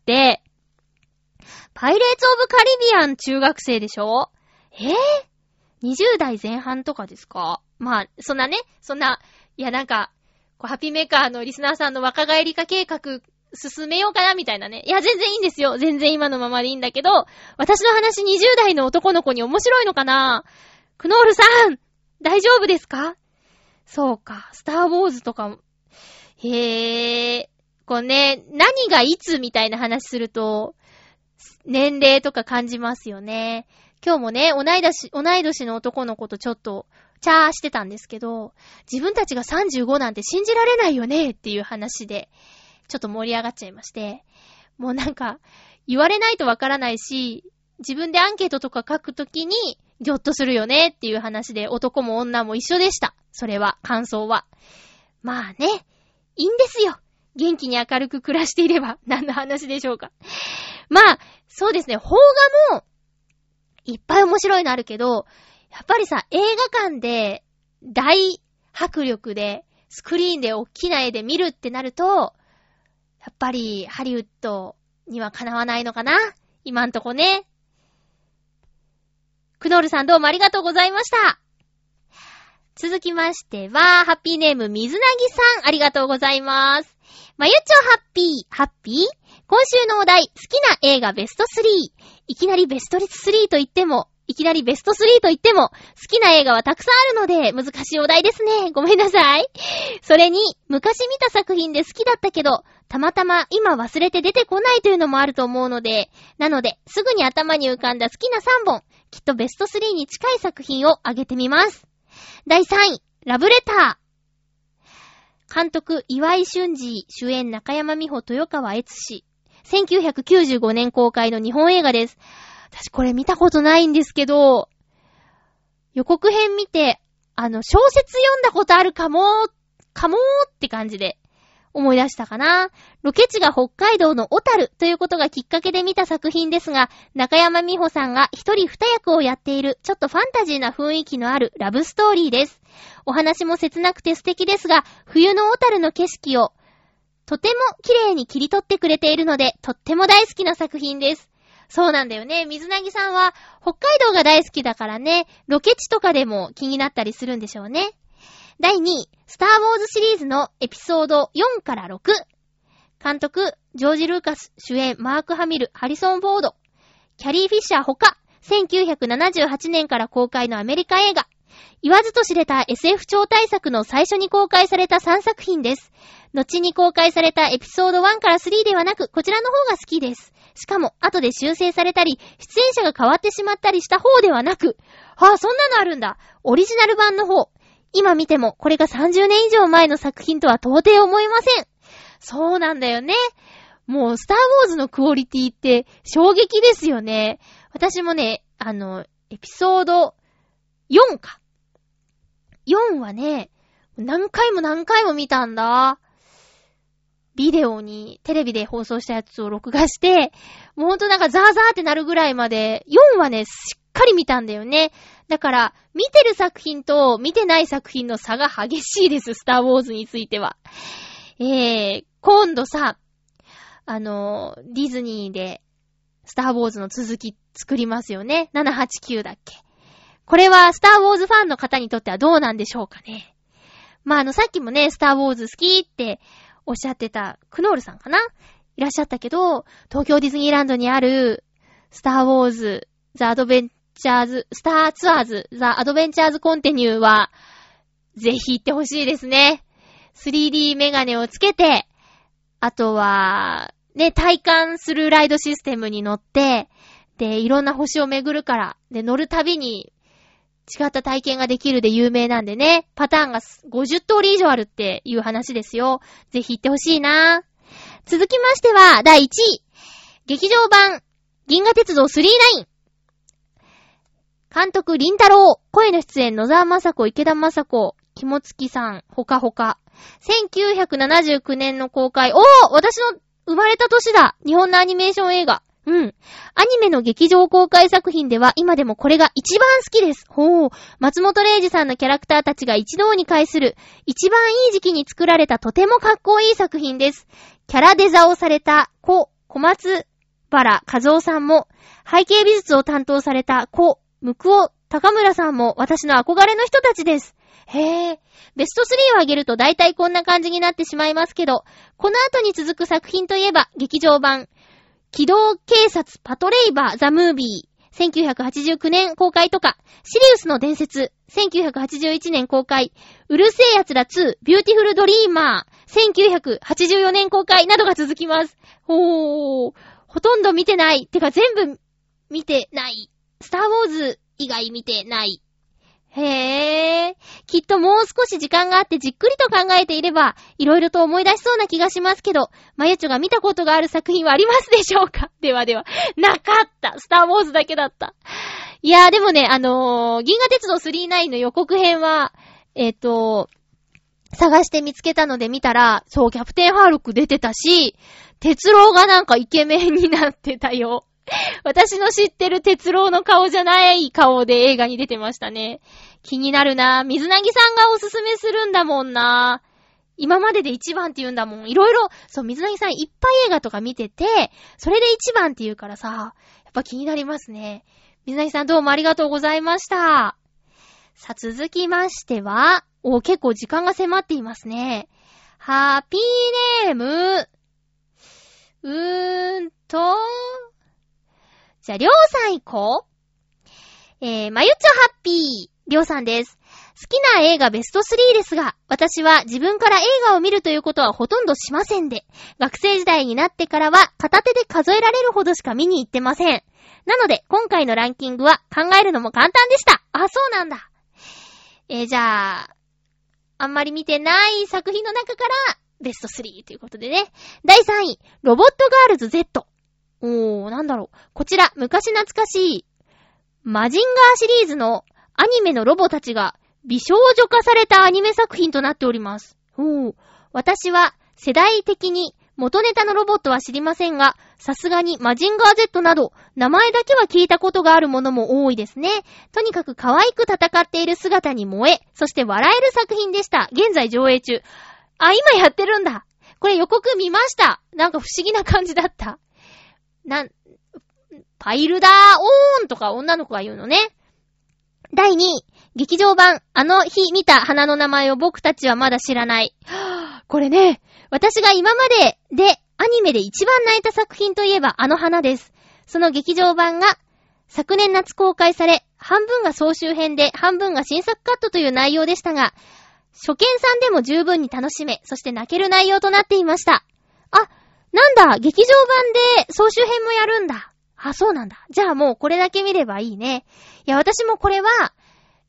パイレーツ・オブ・カリビアン中学生でしょ？えー、にじゅう代前半とかですか？まあ、そんなね、そんな、いやなんか、こうハッピーメーカーのリスナーさんの若返り化計画進めようかなみたいなね。いや全然いいんですよ。全然今のままでいいんだけど、私の話にじゅう代の男の子に面白いのかな？クノールさん大丈夫ですか？そうか、スターウォーズとかも。へー。こうね、何がいつみたいな話すると、年齢とか感じますよね。今日もね、同い年、同い年の男の子とちょっと、チャーしてたんですけど、自分たちがさんじゅうごなんて信じられないよねっていう話で、ちょっと盛り上がっちゃいまして、もうなんか、言われないとわからないし、自分でアンケートとか書くときに、ギョッとするよねっていう話で、男も女も一緒でした。それは、感想は。まあね、いいんですよ。元気に明るく暮らしていれば、何の話でしょうか。まあ、そうですね、邦画も、いっぱい面白いのあるけど、やっぱりさ、映画館で大迫力でスクリーンで大きな絵で見るってなると、やっぱりハリウッドにはかなわないのかな？今んとこね。クノールさんどうもありがとうございました。続きましては、ハッピーネーム水なぎさんありがとうございます。まゆちょハッピー、ハッピー？今週のお題、好きな映画ベストスリー。いきなりベストスリーと言っても、いきなりベストスリーと言っても、好きな映画はたくさんあるので、難しいお題ですね。ごめんなさい。それに、昔見た作品で好きだったけど、たまたま今忘れて出てこないというのもあると思うので、なので、すぐに頭に浮かんだ好きなさんぼん、きっとベストスリーに近い作品を挙げてみます。だいさんい、ラブレター。監督、岩井俊二、主演、中山美穂、豊川悦司。せんきゅうひゃくきゅうじゅうごねん公開の日本映画です。私これ見たことないんですけど、予告編見て、あの、小説読んだことあるかも、かもーって感じで思い出したかな。ロケ地が北海道の小樽ということがきっかけで見た作品ですが、中山美穂さんが一人二役をやっている、ちょっとファンタジーな雰囲気のあるラブストーリーです。お話も切なくて素敵ですが、冬の小樽の景色をとても綺麗に切り取ってくれているので、とっても大好きな作品です。そうなんだよね。水なぎさんは北海道が大好きだからね、ロケ地とかでも気になったりするんでしょうね。だいにい、スターウォーズシリーズのエピソードよんからろく。監督、ジョージ・ルーカス、主演、マーク・ハミル、ハリソン・フォード、キャリー・フィッシャーほか、せんきゅうひゃくななじゅうはちねんから公開のアメリカ映画。言わずと知れた エスエフ 超大作の最初に公開されたさんさく品です。後に公開されたエピソードいちからさんではなく、こちらの方が好きです。しかも、後で修正されたり、出演者が変わってしまったりした方ではなく、はぁ、そんなのあるんだ。オリジナル版の方。 今見てもこれがさんじゅうねん以上前の作品とは到底思えません。そうなんだよね。もうスターウォーズのクオリティって衝撃ですよね。私もね、あの、エピソードよんか。よんはね、何回も何回も見たんだ。ビデオに、テレビで放送したやつを録画して、もうほんとなんかザーザーってなるぐらいまで、よんはね、しっかり見たんだよね。だから、見てる作品と見てない作品の差が激しいです、スターウォーズについては。えー、今度さ、あの、ディズニーで、スターウォーズの続き作りますよね。ななはちきゅうだっけ。これはスターウォーズファンの方にとってはどうなんでしょうかね。まあ、あの、さっきもね、スターウォーズ好きっておっしゃってたクノールさんかないらっしゃったけど、東京ディズニーランドにあるスターウォーズ、ザ・アドベンチャーズ、スターツアーズ、ザ・アドベンチャーズコンティニューは、ぜひ行ってほしいですね。スリーディー メガネをつけて、あとは、ね、体感するライドシステムに乗って、で、いろんな星を巡るから、で、乗るたびに違った体験ができるで有名なんでね、パターンがごじゅっとおり以上あるっていう話ですよ。ぜひ行ってほしいな。続きましては、だいいちい。劇場版、銀河鉄道スリーナイン。監督、林太郎。声の出演、野沢雅子、池田雅子、肝月さん、ほかほか。せんきゅうひゃくななじゅうきゅうねんの公開。おー、私の生まれた年だ。日本のアニメーション映画。うん。アニメの劇場公開作品では今でもこれが一番好きです。ほう。松本零士さんのキャラクターたちが一堂に会する一番いい時期に作られたとてもかっこいい作品です。キャラデザをされた小、小松原和夫さんも、背景美術を担当された小、向尾高村さんも私の憧れの人たちです。へぇ。ベストスリーを上げると大体こんな感じになってしまいますけど、この後に続く作品といえば、劇場版、機動警察パトレイバーザ・ムービー、せんきゅうひゃくはちじゅうきゅうねん公開とか、シリウスの伝説、せんきゅうひゃくはちじゅういちねん公開、うるせえやつらツー、ビューティフルドリーマー、せんきゅうひゃくはちじゅうよねん公開などが続きます。ほー、ほとんど見てない。てか全部見てない。スターウォーズ以外見てない。へー。きっともう少し時間があってじっくりと考えていれば、いろいろと思い出しそうな気がしますけど、まゆちょが見たことがある作品はありますでしょうか？ではでは。なかった。スターウォーズだけだった。いやーでもね、あのー、銀河鉄道スリーナインの予告編は、えっと、探して見つけたので見たら、そう、キャプテンハーロック出てたし、鉄郎がなんかイケメンになってたよ。私の知ってる鉄郎の顔じゃない顔で映画に出てましたね。気になるな。水なぎさんがおすすめするんだもんな。今までで一番って言うんだもん。いろいろ、そう、水なぎさんいっぱい映画とか見てて、それで一番って言うからさ、やっぱ気になりますね。水なぎさんどうもありがとうございました。さあ続きましては、お、結構時間が迫っていますね。ハッピーネーム、うーんと、じゃあ、りょうさん行こう。えー、まゆちょハッピー、りょうさんです。好きな映画ベストスリーですが、私は自分から映画を見るということはほとんどしませんで、学生時代になってからは片手で数えられるほどしか見に行ってません。なので、今回のランキングは考えるのも簡単でした。あ、そうなんだ。えー、じゃあ、あんまり見てない作品の中からベストスリーということでね。だいさんい、ロボットガールズ Z。おー、なんだろう。こちら、昔懐かしい、マジンガーシリーズのアニメのロボたちが美少女化されたアニメ作品となっております。おー、私は世代的に元ネタのロボットは知りませんが、さすがにマジンガー Z など、名前だけは聞いたことがあるものも多いですね。とにかく可愛く戦っている姿に燃え、そして笑える作品でした。現在上映中。あ、今やってるんだ。これ予告見ました。なんか不思議な感じだった。なん、パイルダーオーンとか女の子が言うのね。だいにい、劇場版、あの日見た花の名前を僕たちはまだ知らない。これね、私が今まででアニメで一番泣いた作品といえばあの花です。その劇場版が昨年夏公開され、半分が総集編で半分が新作カットという内容でしたが、初見さんでも十分に楽しめ、そして泣ける内容となっていました。あ、なんだ、劇場版で総集編もやるんだ。あ、そうなんだ。じゃあもうこれだけ見ればいいね。いや、私もこれは、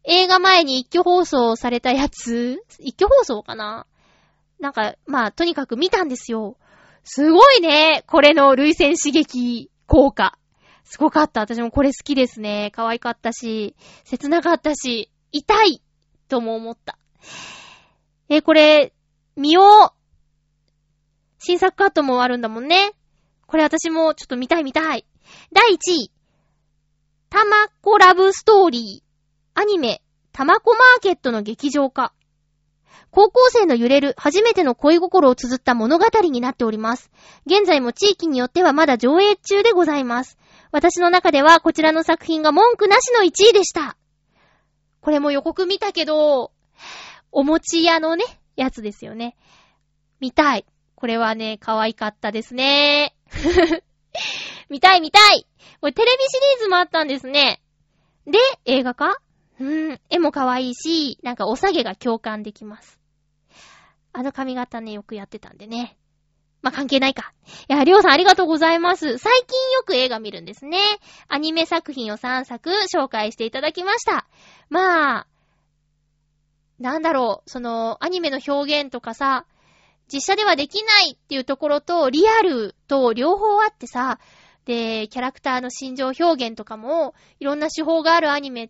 映画前に一挙放送されたやつ一挙放送かななんか、まあ、とにかく見たんですよ。すごいね。これの涙腺刺激効果。すごかった。私もこれ好きですね。可愛かったし、切なかったし、痛いとも思った。え、これ、見よう。新作カットもあるんだもんね。これ私もちょっと見たい見たい。だいいちい。たまこラブストーリー。アニメ、たまこマーケットの劇場化。高校生の揺れる初めての恋心を綴った物語になっております。現在も地域によってはまだ上映中でございます。私の中ではこちらの作品が文句なしのいちいでした。これも予告見たけど、お餅屋のね、やつですよね。見たい。これはね、可愛かったですね。見たい見たい。これテレビシリーズもあったんですね。で、映画化？うーん、絵も可愛いし、なんかお下げが共感できます。あの髪型ね、よくやってたんでね。まあ、関係ないか。いや、りょうさんありがとうございます。最近よく映画見るんですね。アニメ作品をさんさく紹介していただきました。まあ、なんだろう、その、アニメの表現とかさ、実写ではできないっていうところと、リアルと両方あってさ、で、キャラクターの心情表現とかも、いろんな手法があるアニメって、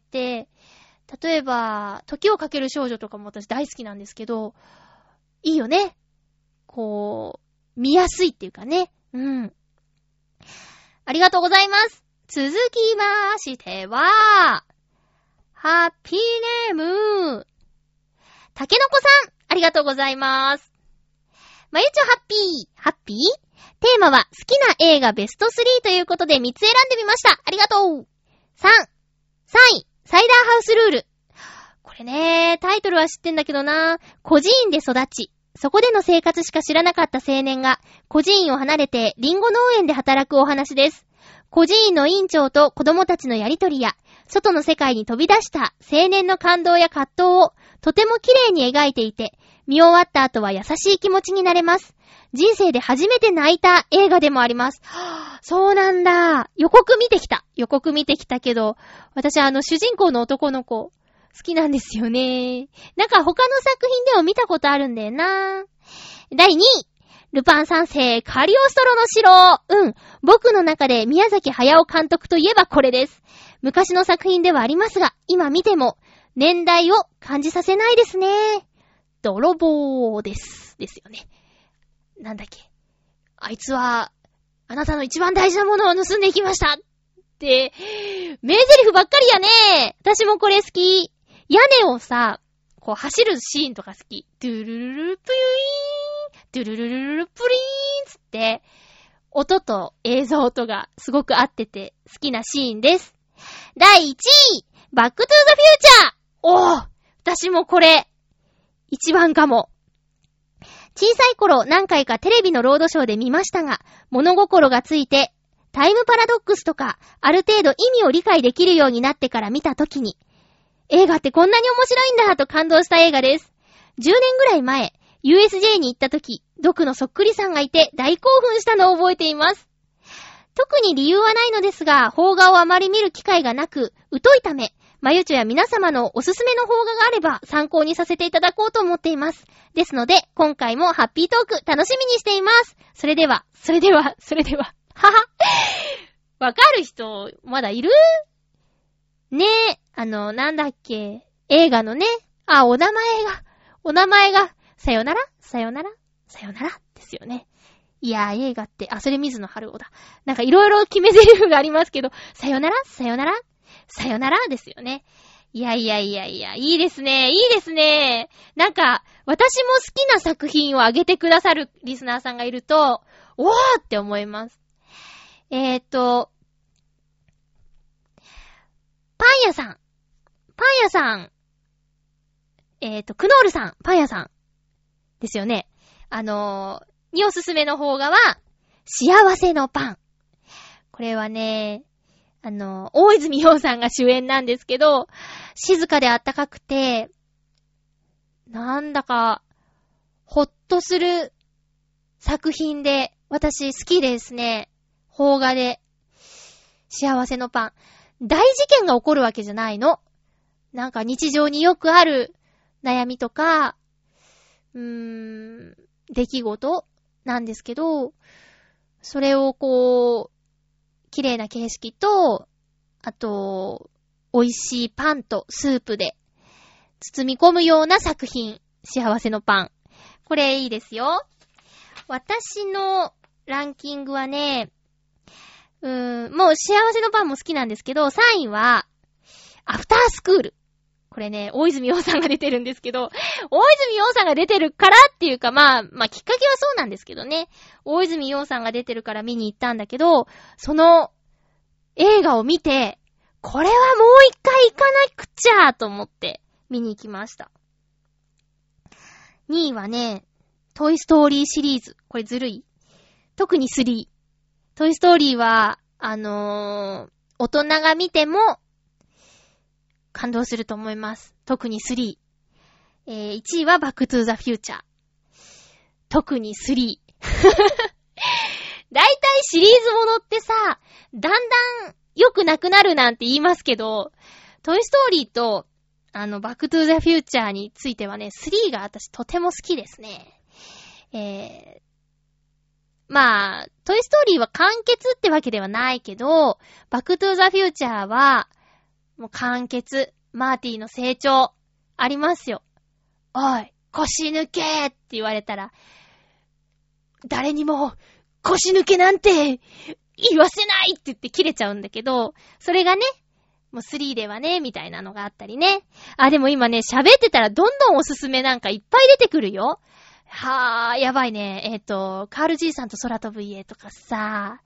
例えば、時をかける少女とかも私大好きなんですけど、いいよね。こう、見やすいっていうかね。うん。ありがとうございます。続きましては、ハッピーネーム、たけのこさん、ありがとうございます。まゆちょハッピー、ハッピー？テーマは好きな映画ベストスリーということでみっつ選んでみました。ありがとう。さん、さんい、サイダーハウスルール。これね、タイトルは知ってんだけどな。孤児院で育ち、そこでの生活しか知らなかった青年が、孤児院を離れてリンゴ農園で働くお話です。孤児院の院長と子供たちのやりとりや、外の世界に飛び出した青年の感動や葛藤をとても綺麗に描いていて、見終わった後は優しい気持ちになれます。人生で初めて泣いた映画でもあります。はぁ、そうなんだ。予告見てきた。予告見てきたけど、私あの主人公の男の子、好きなんですよね。なんか他の作品でも見たことあるんだよな。だいにい、ルパン三世カリオストロの城。うん。僕の中で宮崎駿監督といえばこれです。昔の作品ではありますが、今見ても年代を感じさせないですね。泥棒です。ですよね。なんだっけ。あいつは、あなたの一番大事なものを盗んでいきました。って、名台詞ばっかりやね。私もこれ好き。屋根をさ、こう走るシーンとか好き。ドゥルルルルプイーン、ドゥルルルルルプリーンつって、音と映像とがすごく合ってて好きなシーンです。だいいちい、バックトゥーザフューチャー。おー、私もこれ、一番かも。小さい頃何回かテレビのロードショーで見ましたが、物心がついてタイムパラドックスとかある程度意味を理解できるようになってから見たときに、映画ってこんなに面白いんだと感動した映画です。じゅうねんぐらい前、ユーエスジェー に行ったとき、ドクのそっくりさんがいて大興奮したのを覚えています。特に理由はないのですが、邦画をあまり見る機会がなく、疎いため、まゆちょや皆様のおすすめの邦画があれば参考にさせていただこうと思っています。ですので、今回もハッピートーク楽しみにしています。それでは、それでは、それでは、はは。わかる人、まだいる？ねえ、あの、なんだっけ、映画のね、あ、お名前が、お名前が、さよなら？さよなら？さよならですよね。いやー、映画って、あ、それ水野春夫だ。なんかいろいろ決め台詞がありますけど、さよなら？さよなら？さよならですよね。いやいやいやいや、いいですね。いいですね。なんか、私も好きな作品をあげてくださるリスナーさんがいると、おーって思います。えーと、パン屋さん。パン屋さん。えーと、クノールさん。パン屋さん。ですよね。あのー、におすすめの邦画は、幸せのパン。これはね、あの、大泉洋さんが主演なんですけど、静かであったかくて、なんだか、ほっとする作品で、私好きですね。邦画で。幸せのパン。大事件が起こるわけじゃないの。 なんか日常によくある悩みとか、うーん、出来事なんですけど、それをこう、綺麗な形式と、あと、美味しいパンとスープで包み込むような作品、幸せのパン。これいいですよ。私のランキングはね、うーん、もう幸せのパンも好きなんですけど、さんいは、アフタースクール。これね、大泉洋さんが出てるんですけど、大泉洋さんが出てるからっていうか、まあ、まあ、きっかけはそうなんですけどね。大泉洋さんが出てるから見に行ったんだけど、その映画を見て、これはもう一回行かなくちゃと思って見に行きました。にいはね、トイストーリーシリーズ。これずるい。特にスリー。トイストーリーは、あのー、大人が見ても感動すると思います。特にスリー。えー、いちいはバックトゥーザフューチャー。特にスリー。だいたいシリーズものってさ、だんだん良くなくなるなんて言いますけど、トイストーリーと、あの、バックトゥーザフューチャーについてはね、スリーが私とても好きですね。えー、まあ、トイストーリーは完結ってわけではないけど、バックトゥーザフューチャーは、もう完結、マーティの成長、ありますよ。おい、腰抜けって言われたら、誰にも腰抜けなんて言わせないって言って切れちゃうんだけど、それがね、もうスリーではね、みたいなのがあったりね。あ、でも今ね、喋ってたらどんどんおすすめなんかいっぱい出てくるよ。はぁ、やばいね。えっと、カール爺さんと空飛ぶ家とかさ、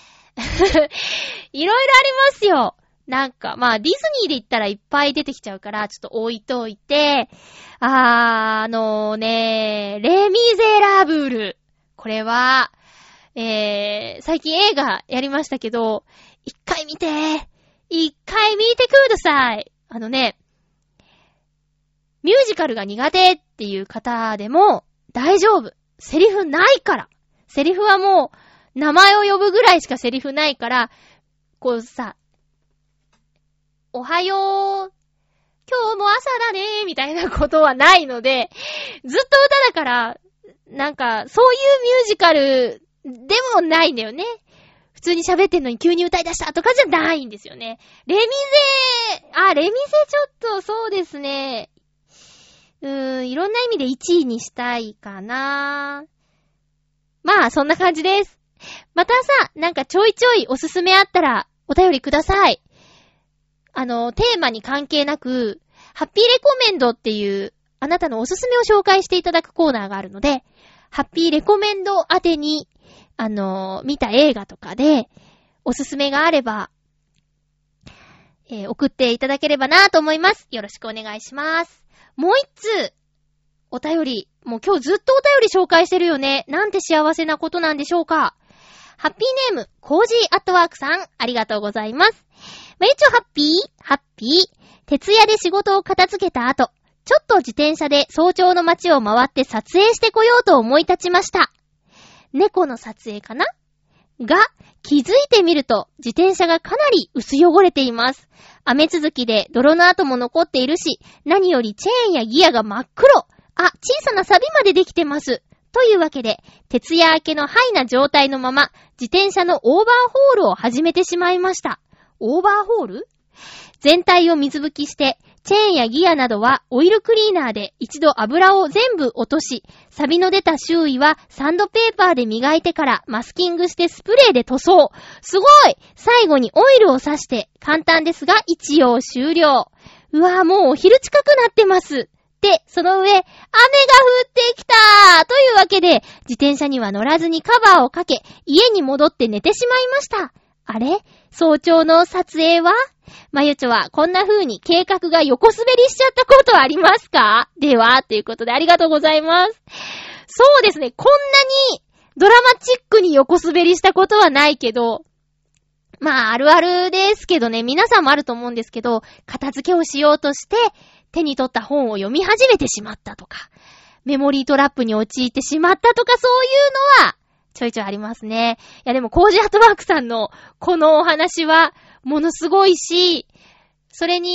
いろいろありますよ。なんか、まあ、ディズニーで言ったらいっぱい出てきちゃうから、ちょっと置いといて、あー、あのね、レ・ミゼラブル。これは、えー、最近映画やりましたけど、一回見て、一回見てください。あのね、ミュージカルが苦手っていう方でも大丈夫。セリフないから。セリフはもう、名前を呼ぶぐらいしかセリフないから、こうさ、おはよう、今日も朝だね、みたいなことはないので、ずっと歌だから、なんか、そういうミュージカルでもないんだよね。普通に喋ってんのに急に歌い出したとかじゃないんですよね。レミゼー、あ、レミゼちょっとそうですね。うーん、いろんな意味でいちいにしたいかな。まあ、そんな感じです。またさ、なんかちょいちょいおすすめあったらお便りください。あの、テーマに関係なく、ハッピーレコメンドっていうあなたのおすすめを紹介していただくコーナーがあるので、ハッピーレコメンド宛てに、あの、見た映画とかでおすすめがあれば、えー、送っていただければなと思います。よろしくお願いします。もう一通、お便り、もう今日ずっとお便り紹介してるよね。なんて幸せなことなんでしょうか。ハッピーネーム、コージーアットワークさん、ありがとうございます。まゆちょハッピーハッピー徹夜で仕事を片付けた後、ちょっと自転車で早朝の街を回って撮影してこようと思い立ちました。猫の撮影かなが、気づいてみると自転車がかなり薄汚れています。雨続きで泥の跡も残っているし、何よりチェーンやギアが真っ黒。あ、小さな錆までできてます。というわけで、徹夜明けのハイな状態のまま、自転車のオーバーホールを始めてしまいました。オーバーホール？全体を水拭きして、チェーンやギアなどはオイルクリーナーで一度油を全部落とし、錆の出た周囲はサンドペーパーで磨いてからマスキングしてスプレーで塗装。すごい！最後にオイルを刺して簡単ですが一応終了。うわぁ、もうお昼近くなってます。で、その上、雨が降ってきたというわけで、自転車には乗らずにカバーをかけ、家に戻って寝てしまいました。あれ？早朝の撮影は？まゆちょはこんな風に計画が横滑りしちゃったことはありますか？では、ということでありがとうございます。そうですね、こんなにドラマチックに横滑りしたことはないけど、まああるあるですけどね、皆さんもあると思うんですけど、片付けをしようとして手に取った本を読み始めてしまったとか、メモリートラップに陥ってしまったとか、そういうのはちょいちょいありますね。いやでもコージアットワークさんのこのお話はものすごいし、それに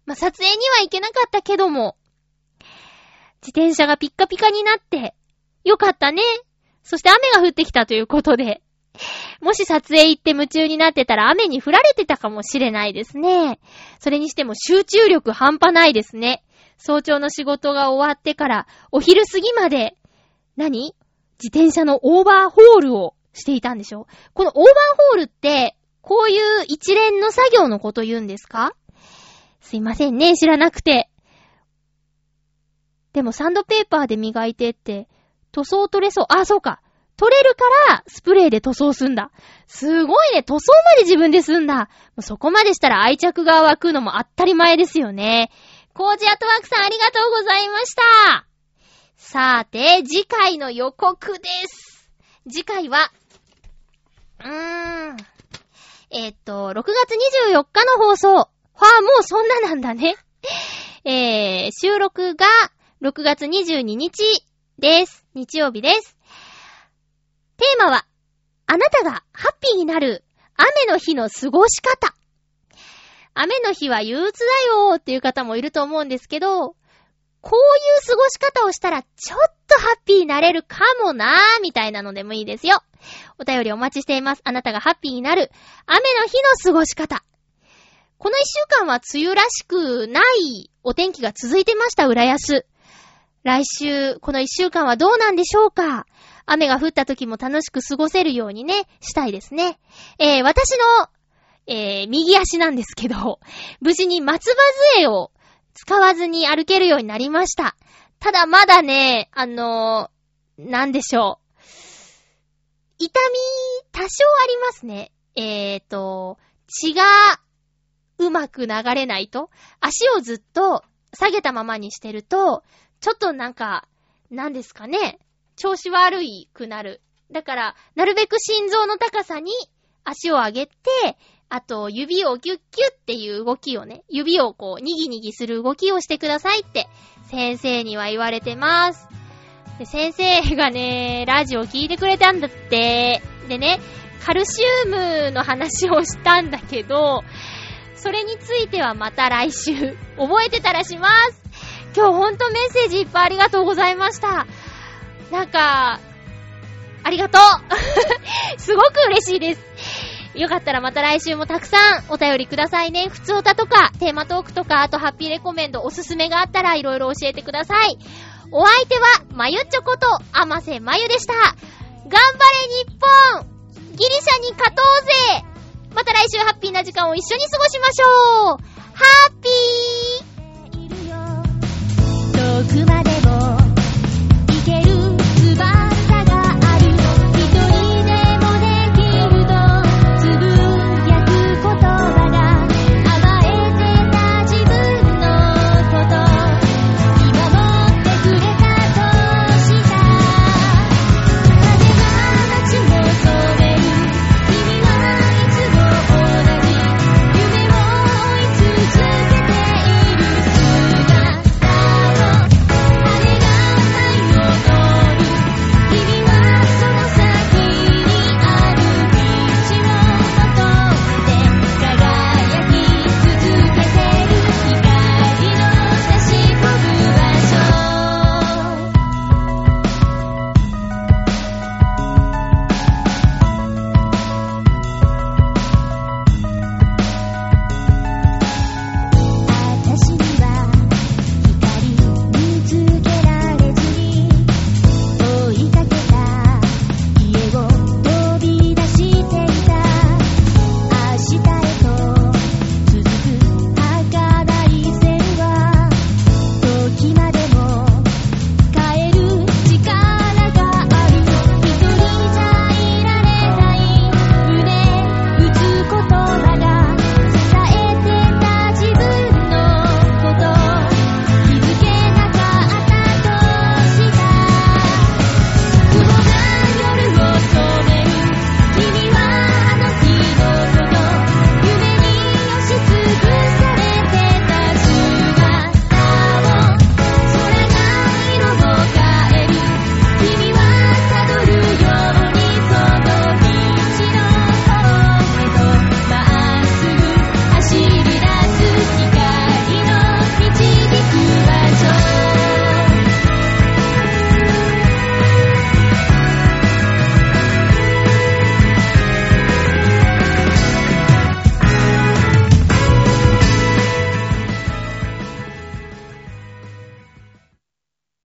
まあ、撮影には行けなかったけども、自転車がピッカピカになって、よかったね。そして雨が降ってきたということで、もし撮影行って夢中になってたら雨に降られてたかもしれないですね。それにしても集中力半端ないですね。早朝の仕事が終わってからお昼過ぎまで、何？自転車のオーバーホールをしていたんでしょ？このオーバーホールって、こういう一連の作業のこと言うんですか？すいませんね、知らなくて。でもサンドペーパーで磨いてって、塗装取れそう。あ、そうか。取れるからスプレーで塗装すんだ。すごいね、塗装まで自分ですんだ。もうそこまでしたら愛着が湧くのも当たり前ですよね。コージアットワークさんありがとうございました。さて、次回の予告です。次回は、うーん、えー、っと、ろくがつにじゅうよっかの放送。はあ、もうそんななんだね。えー、収録がろくがつにじゅうににちです。日曜日です。テーマは、あなたがハッピーになる雨の日の過ごし方。雨の日は憂鬱だよーっていう方もいると思うんですけど、こういう過ごし方をしたらちょっとハッピーになれるかもなーみたいなのでもいいですよ。お便りお待ちしています。あなたがハッピーになる雨の日の過ごし方。この一週間は梅雨らしくないお天気が続いてました、浦安。来週、この一週間はどうなんでしょうか。雨が降った時も楽しく過ごせるようにね、したいですね。えー、私の、えー、右足なんですけど、無事に松葉杖を使わずに歩けるようになりました。ただまだね、あのー、なんでしょう。痛み、多少ありますね。えーと、血がうまく流れないと、足をずっと下げたままにしてると、ちょっとなんか、なんですかね、調子悪いくなる。だから、なるべく心臓の高さに足を上げて、あと指をギュッギュッっていう動きをね、指をこうにぎにぎする動きをしてくださいって先生には言われてます。で、先生がね、ラジオ聞いてくれたんだって。でね、カルシウムの話をしたんだけど、それについてはまた来週覚えてたらします。今日ほんとメッセージいっぱいありがとうございました。なんかありがとうすごく嬉しいです。よかったらまた来週もたくさんお便りくださいね。ふつおたとかテーマトークとか、あとハッピーレコメンドおすすめがあったらいろいろ教えてください。お相手はまゆっちょこと甘瀬まゆでした。頑張れ日本、ギリシャに勝とうぜ。また来週ハッピーな時間を一緒に過ごしましょう。ハッピー。遠くまで